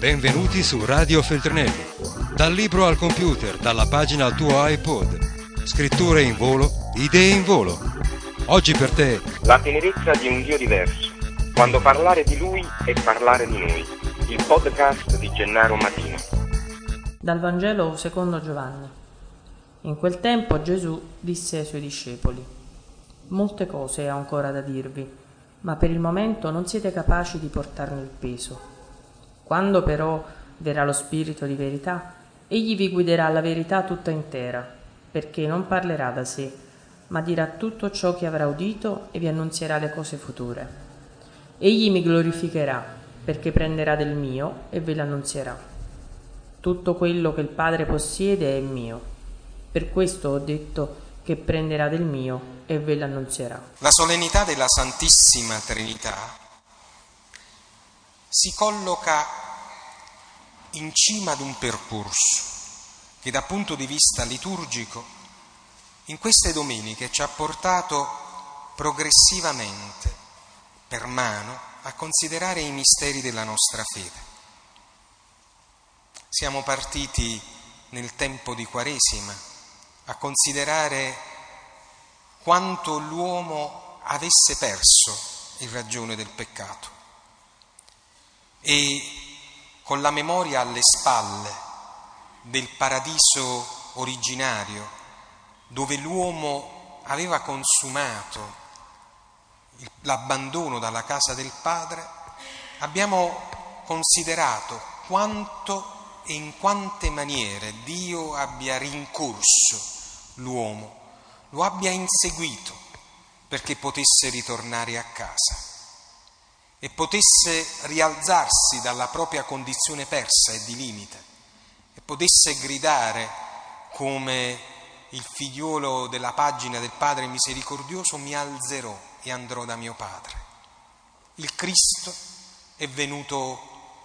Benvenuti su Radio Feltrinelli. Dal libro al computer, dalla pagina al tuo iPod. Scritture in volo, idee in volo. Oggi per te la tenerezza di un Dio diverso. Quando parlare di Lui è parlare di noi. Il podcast di Gennaro Matino. Dal Vangelo secondo Giovanni. In quel tempo Gesù disse ai suoi discepoli: molte cose ho ancora da dirvi, ma per il momento non siete capaci di portarne il peso. Quando però verrà lo Spirito di verità, egli vi guiderà alla verità tutta intera, perché non parlerà da sé, ma dirà tutto ciò che avrà udito e vi annunzierà le cose future. Egli mi glorificherà, perché prenderà del mio e ve l'annunzierà. Tutto quello che il Padre possiede è mio. Per questo ho detto che prenderà del mio e ve l'annunzierà. La solennità della Santissima Trinità si colloca in cima ad un percorso che dal punto di vista liturgico in queste domeniche ci ha portato progressivamente per mano a considerare i misteri della nostra fede. Siamo partiti nel tempo di Quaresima a considerare quanto l'uomo avesse perso in ragione del peccato e con la memoria alle spalle del paradiso originario dove l'uomo aveva consumato l'abbandono dalla casa del Padre, abbiamo considerato quanto e in quante maniere Dio abbia rincorso l'uomo, lo abbia inseguito perché potesse ritornare a casa e potesse rialzarsi dalla propria condizione persa e di limite e potesse gridare come il figliolo della pagina del Padre misericordioso: mi alzerò e andrò da mio Padre. Il Cristo è venuto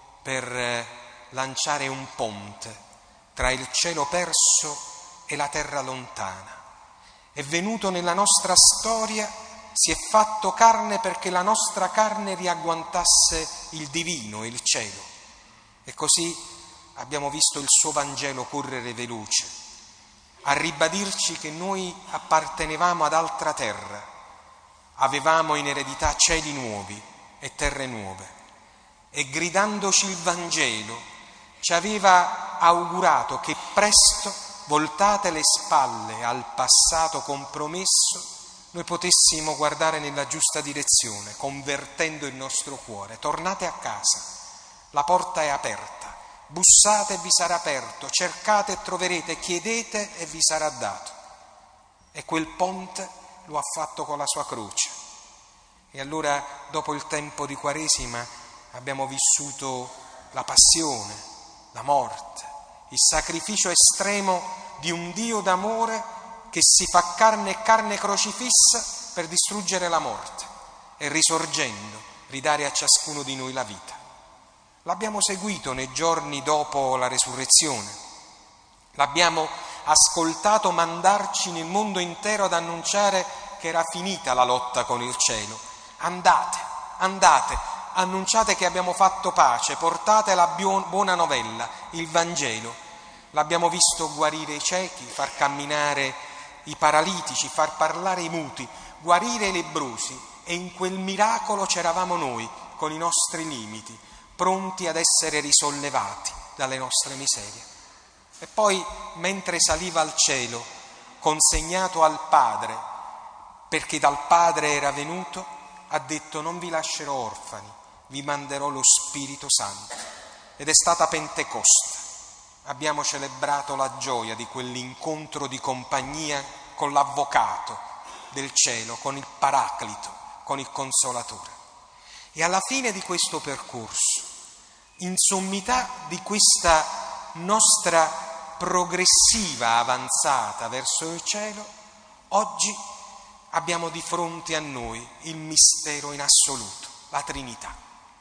per lanciare un ponte tra il cielo perso e la terra lontana. È venuto nella nostra storia, si è fatto carne perché la nostra carne riagguantasse il divino, il cielo. E così abbiamo visto il suo Vangelo correre veloce, a ribadirci che noi appartenevamo ad altra terra, avevamo in eredità cieli nuovi e terre nuove, e gridandoci il Vangelo ci aveva augurato che presto, voltate le spalle al passato compromesso, noi potessimo guardare nella giusta direzione, convertendo il nostro cuore. Tornate a casa, la porta è aperta, bussate e vi sarà aperto, cercate e troverete, chiedete e vi sarà dato. E quel ponte lo ha fatto con la sua croce. E allora, dopo il tempo di Quaresima, abbiamo vissuto la passione, la morte, il sacrificio estremo di un Dio d'amore che si fa carne e carne crocifissa per distruggere la morte e risorgendo ridare a ciascuno di noi la vita. L'abbiamo seguito nei giorni dopo la resurrezione, l'abbiamo ascoltato mandarci nel mondo intero ad annunciare che era finita la lotta con il cielo. Andate, annunciate che abbiamo fatto pace, portate la buona novella, il Vangelo. L'abbiamo visto guarire i ciechi, far camminare i paralitici, far parlare i muti, guarire i lebbrosi, e in quel miracolo c'eravamo noi con i nostri limiti, pronti ad essere risollevati dalle nostre miserie. E poi, mentre saliva al cielo, consegnato al Padre, perché dal Padre era venuto, ha detto: non vi lascerò orfani, vi manderò lo Spirito Santo. Ed è stata Pentecoste. Abbiamo celebrato la gioia di quell'incontro di compagnia con l'Avvocato del cielo, con il Paraclito, con il Consolatore. E alla fine di questo percorso, in sommità di questa nostra progressiva avanzata verso il cielo, oggi abbiamo di fronte a noi il mistero in assoluto, la Trinità.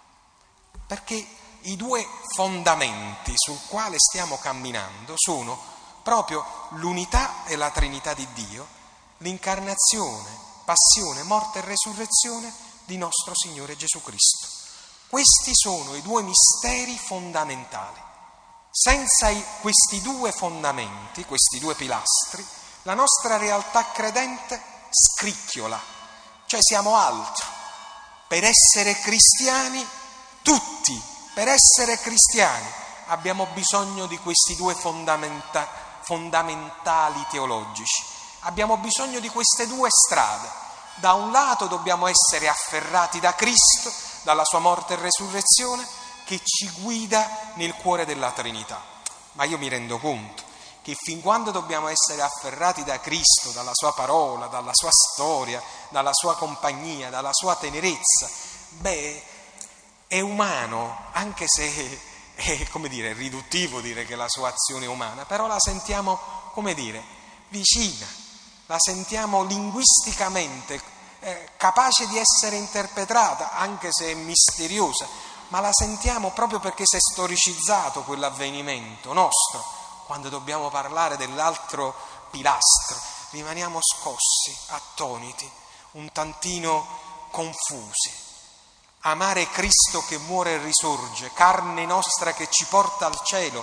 Perché i due fondamenti sul quale stiamo camminando sono proprio l'unità e la Trinità di Dio, l'incarnazione, passione, morte e resurrezione di nostro Signore Gesù Cristo. Questi sono i due misteri fondamentali. Senza questi due fondamenti, questi due pilastri, la nostra realtà credente scricchiola, cioè siamo altro. Per essere cristiani, tutti, per essere cristiani, abbiamo bisogno di questi due fondamentali teologici. Abbiamo bisogno di queste due strade. Da un lato dobbiamo essere afferrati da Cristo, dalla sua morte e resurrezione, che ci guida nel cuore della Trinità. Ma io mi rendo conto che fin quando dobbiamo essere afferrati da Cristo, dalla sua parola, dalla sua storia, dalla sua compagnia, dalla sua tenerezza, è umano, anche se è, riduttivo dire che la sua azione è umana, però la sentiamo, vicina, la sentiamo linguisticamente capace di essere interpretata, anche se è misteriosa, ma la sentiamo proprio perché si è storicizzato quell'avvenimento nostro. Quando dobbiamo parlare dell'altro pilastro, rimaniamo scossi, attoniti, un tantino confusi. Amare Cristo che muore e risorge, carne nostra che ci porta al cielo,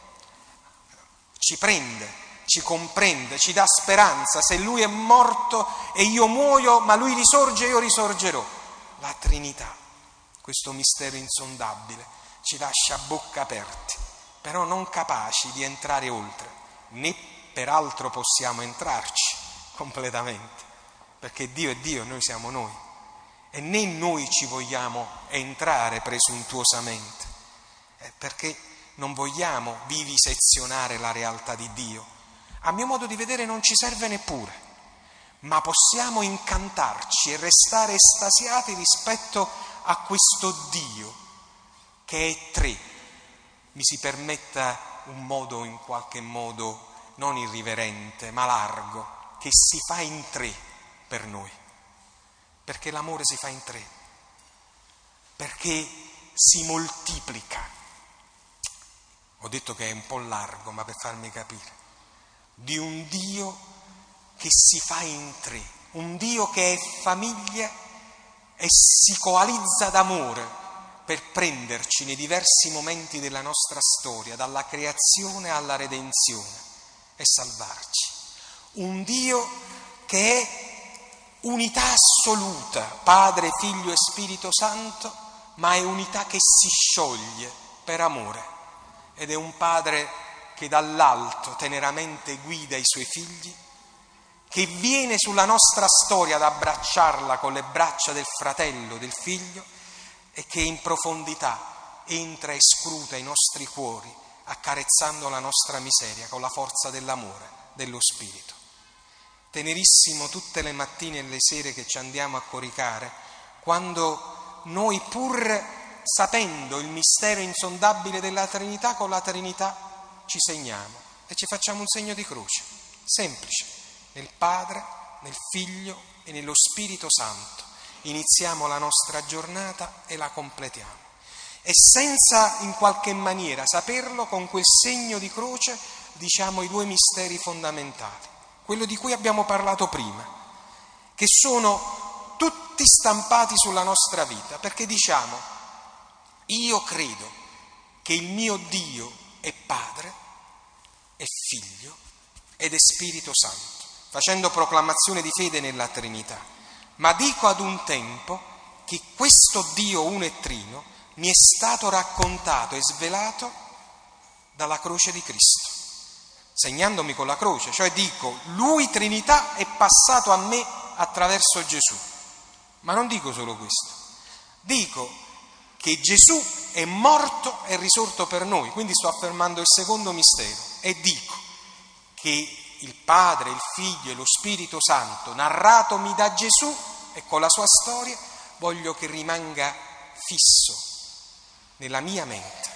ci prende, ci comprende, ci dà speranza. Se Lui è morto e io muoio, ma Lui risorge e io risorgerò. La Trinità, questo mistero insondabile, ci lascia a bocca aperti, però non capaci di entrare oltre, né peraltro possiamo entrarci completamente, perché Dio è Dio e noi siamo noi, e né noi ci vogliamo entrare presuntuosamente, perché non vogliamo vivisezionare la realtà di Dio. A mio modo di vedere non ci serve neppure, ma possiamo incantarci e restare estasiati rispetto a questo Dio che è tre. Mi si permetta un modo, in qualche modo, non irriverente, ma largo, che si fa in tre per noi. Perché l'amore si fa in tre, perché si moltiplica. Ho detto che è un po' largo, ma per farmi capire, di un Dio che si fa in tre, un Dio che è famiglia e si coalizza d'amore per prenderci nei diversi momenti della nostra storia, dalla creazione alla redenzione, e salvarci. Un Dio che è unità assoluta, Padre, Figlio e Spirito Santo, ma è unità che si scioglie per amore, ed è un Padre che dall'alto teneramente guida i suoi figli, che viene sulla nostra storia ad abbracciarla con le braccia del fratello, del figlio, e che in profondità entra e scruta i nostri cuori, accarezzando la nostra miseria con la forza dell'amore, dello Spirito. Tenerissimo tutte le mattine e le sere che ci andiamo a coricare, quando noi, pur sapendo il mistero insondabile della Trinità, con la Trinità ci segniamo e ci facciamo un segno di croce, semplice. Nel Padre, nel Figlio e nello Spirito Santo iniziamo la nostra giornata e la completiamo. E senza in qualche maniera saperlo, con quel segno di croce diciamo i due misteri fondamentali, quello di cui abbiamo parlato prima, che sono tutti stampati sulla nostra vita, perché diciamo: io credo che il mio Dio è Padre, è Figlio ed è Spirito Santo, facendo proclamazione di fede nella Trinità, ma dico ad un tempo che questo Dio uno e trino mi è stato raccontato e svelato dalla croce di Cristo, segnandomi con la croce, cioè dico, Lui Trinità è passato a me attraverso Gesù. Ma non dico solo questo, dico che Gesù è morto e risorto per noi, quindi sto affermando il secondo mistero, e dico che il Padre, il Figlio e lo Spirito Santo, narratomi da Gesù e con la sua storia, voglio che rimanga fisso nella mia mente,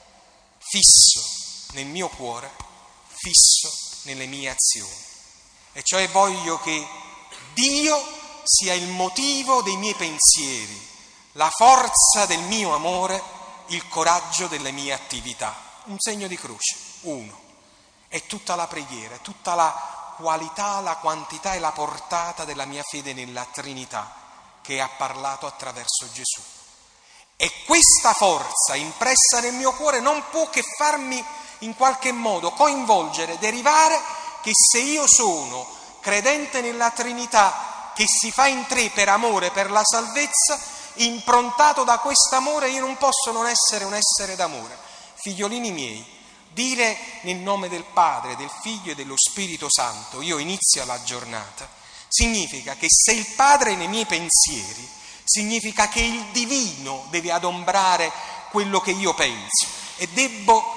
fisso nel mio cuore, fisso nelle mie azioni. E cioè voglio che Dio sia il motivo dei miei pensieri, la forza del mio amore, il coraggio delle mie attività. Un segno di croce, uno. È tutta la preghiera, è tutta la qualità, la quantità e la portata della mia fede nella Trinità che ha parlato attraverso Gesù. E questa forza impressa nel mio cuore non può che farmi in qualche modo coinvolgere, derivare che se io sono credente nella Trinità che si fa in tre per amore, per la salvezza, improntato da quest'amore, io non posso non essere un essere d'amore. Figliolini miei, dire nel nome del Padre, del Figlio e dello Spirito Santo, io inizio la giornata, significa che se il Padre è nei miei pensieri, significa che il divino deve adombrare quello che io penso e debbo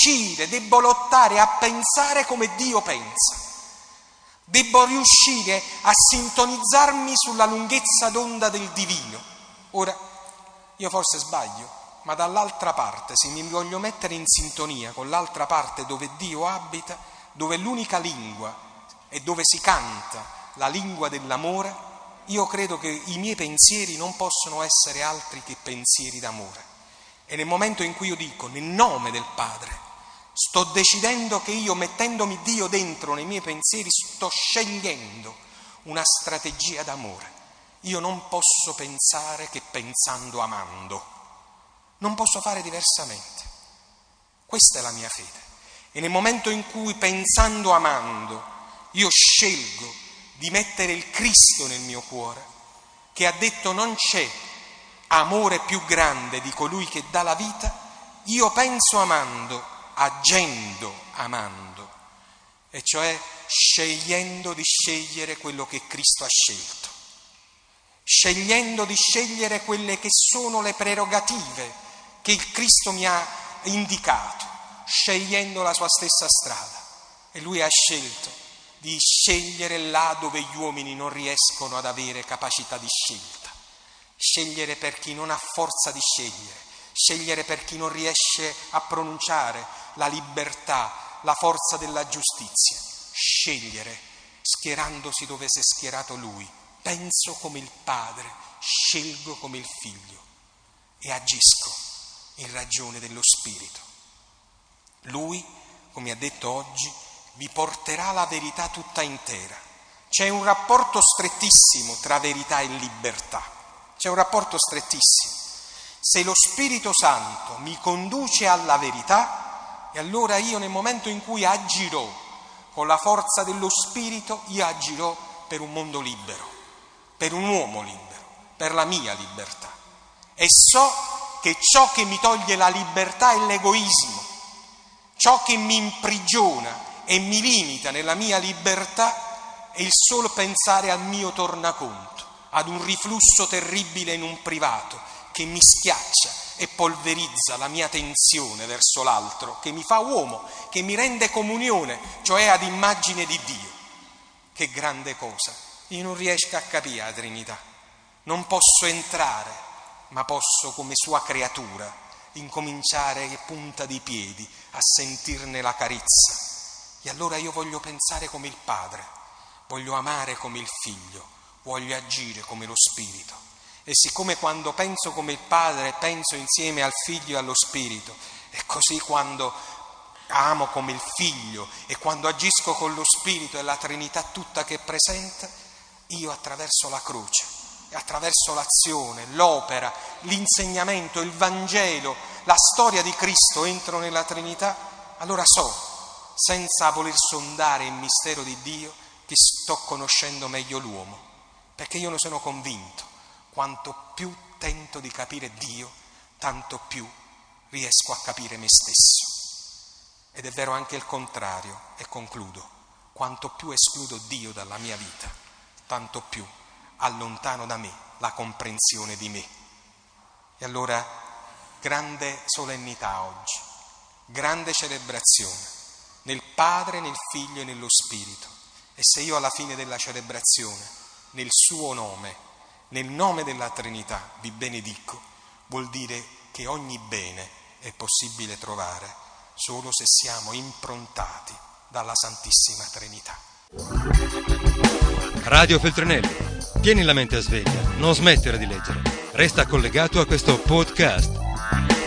lottare a pensare come Dio pensa. Debbo riuscire a sintonizzarmi sulla lunghezza d'onda del divino. Ora, io forse sbaglio, ma dall'altra parte, se mi voglio mettere in sintonia con l'altra parte dove Dio abita, dove l'unica lingua e dove si canta la lingua dell'amore, io credo che i miei pensieri non possono essere altri che pensieri d'amore. E nel momento in cui io dico nel nome del Padre, sto decidendo che io, mettendomi Dio dentro nei miei pensieri, sto scegliendo una strategia d'amore. Io non posso pensare che pensando amando. Non posso fare diversamente. Questa è la mia fede. E nel momento in cui pensando amando io scelgo di mettere il Cristo nel mio cuore, che ha detto non c'è amore più grande di colui che dà la vita, io penso amando, agendo amando, e cioè scegliendo di scegliere quello che Cristo ha scelto, scegliendo di scegliere quelle che sono le prerogative che il Cristo mi ha indicato, scegliendo la sua stessa strada. E lui ha scelto di scegliere là dove gli uomini non riescono ad avere capacità di scelta, scegliere per chi non ha forza di scegliere, scegliere per chi non riesce a pronunciare la libertà, la forza della giustizia, scegliere schierandosi dove si è schierato lui. Penso come il Padre, scelgo come il Figlio e agisco in ragione dello Spirito. Lui, come ha detto oggi, vi porterà la verità tutta intera. C'è un rapporto strettissimo tra verità e libertà. C'è un rapporto strettissimo. Se lo Spirito Santo mi conduce alla verità, e allora io nel momento in cui agirò con la forza dello Spirito, io agirò per un mondo libero, per un uomo libero, per la mia libertà. E so che ciò che mi toglie la libertà è l'egoismo, ciò che mi imprigiona e mi limita nella mia libertà è il solo pensare al mio tornaconto, ad un riflusso terribile in un privato che mi schiaccia e polverizza la mia tensione verso l'altro, che mi fa uomo, che mi rende comunione, cioè ad immagine di Dio. Che grande cosa! Io non riesco a capire la Trinità, non posso entrare, ma posso come sua creatura incominciare punta di piedi a sentirne la carezza. E allora io voglio pensare come il Padre, voglio amare come il Figlio, voglio agire come lo Spirito. E siccome quando penso come il Padre penso insieme al Figlio e allo Spirito, e così quando amo come il Figlio e quando agisco con lo Spirito è la Trinità tutta che è presente, io attraverso la croce, attraverso l'azione, l'opera, l'insegnamento, il Vangelo, la storia di Cristo entro nella Trinità, allora so, senza voler sondare il mistero di Dio, che sto conoscendo meglio l'uomo, perché io ne sono convinto. Quanto più tento di capire Dio, tanto più riesco a capire me stesso. Ed è vero anche il contrario, e concludo. Quanto più escludo Dio dalla mia vita, tanto più allontano da me la comprensione di me. E allora, grande solennità oggi, grande celebrazione, nel Padre, nel Figlio e nello Spirito. E se io alla fine della celebrazione, nel suo nome, nel nome della Trinità vi benedico, vuol dire che ogni bene è possibile trovare solo se siamo improntati dalla Santissima Trinità. Radio Feltrinelli, tieni la mente a sveglia, non smettere di leggere, resta collegato a questo podcast.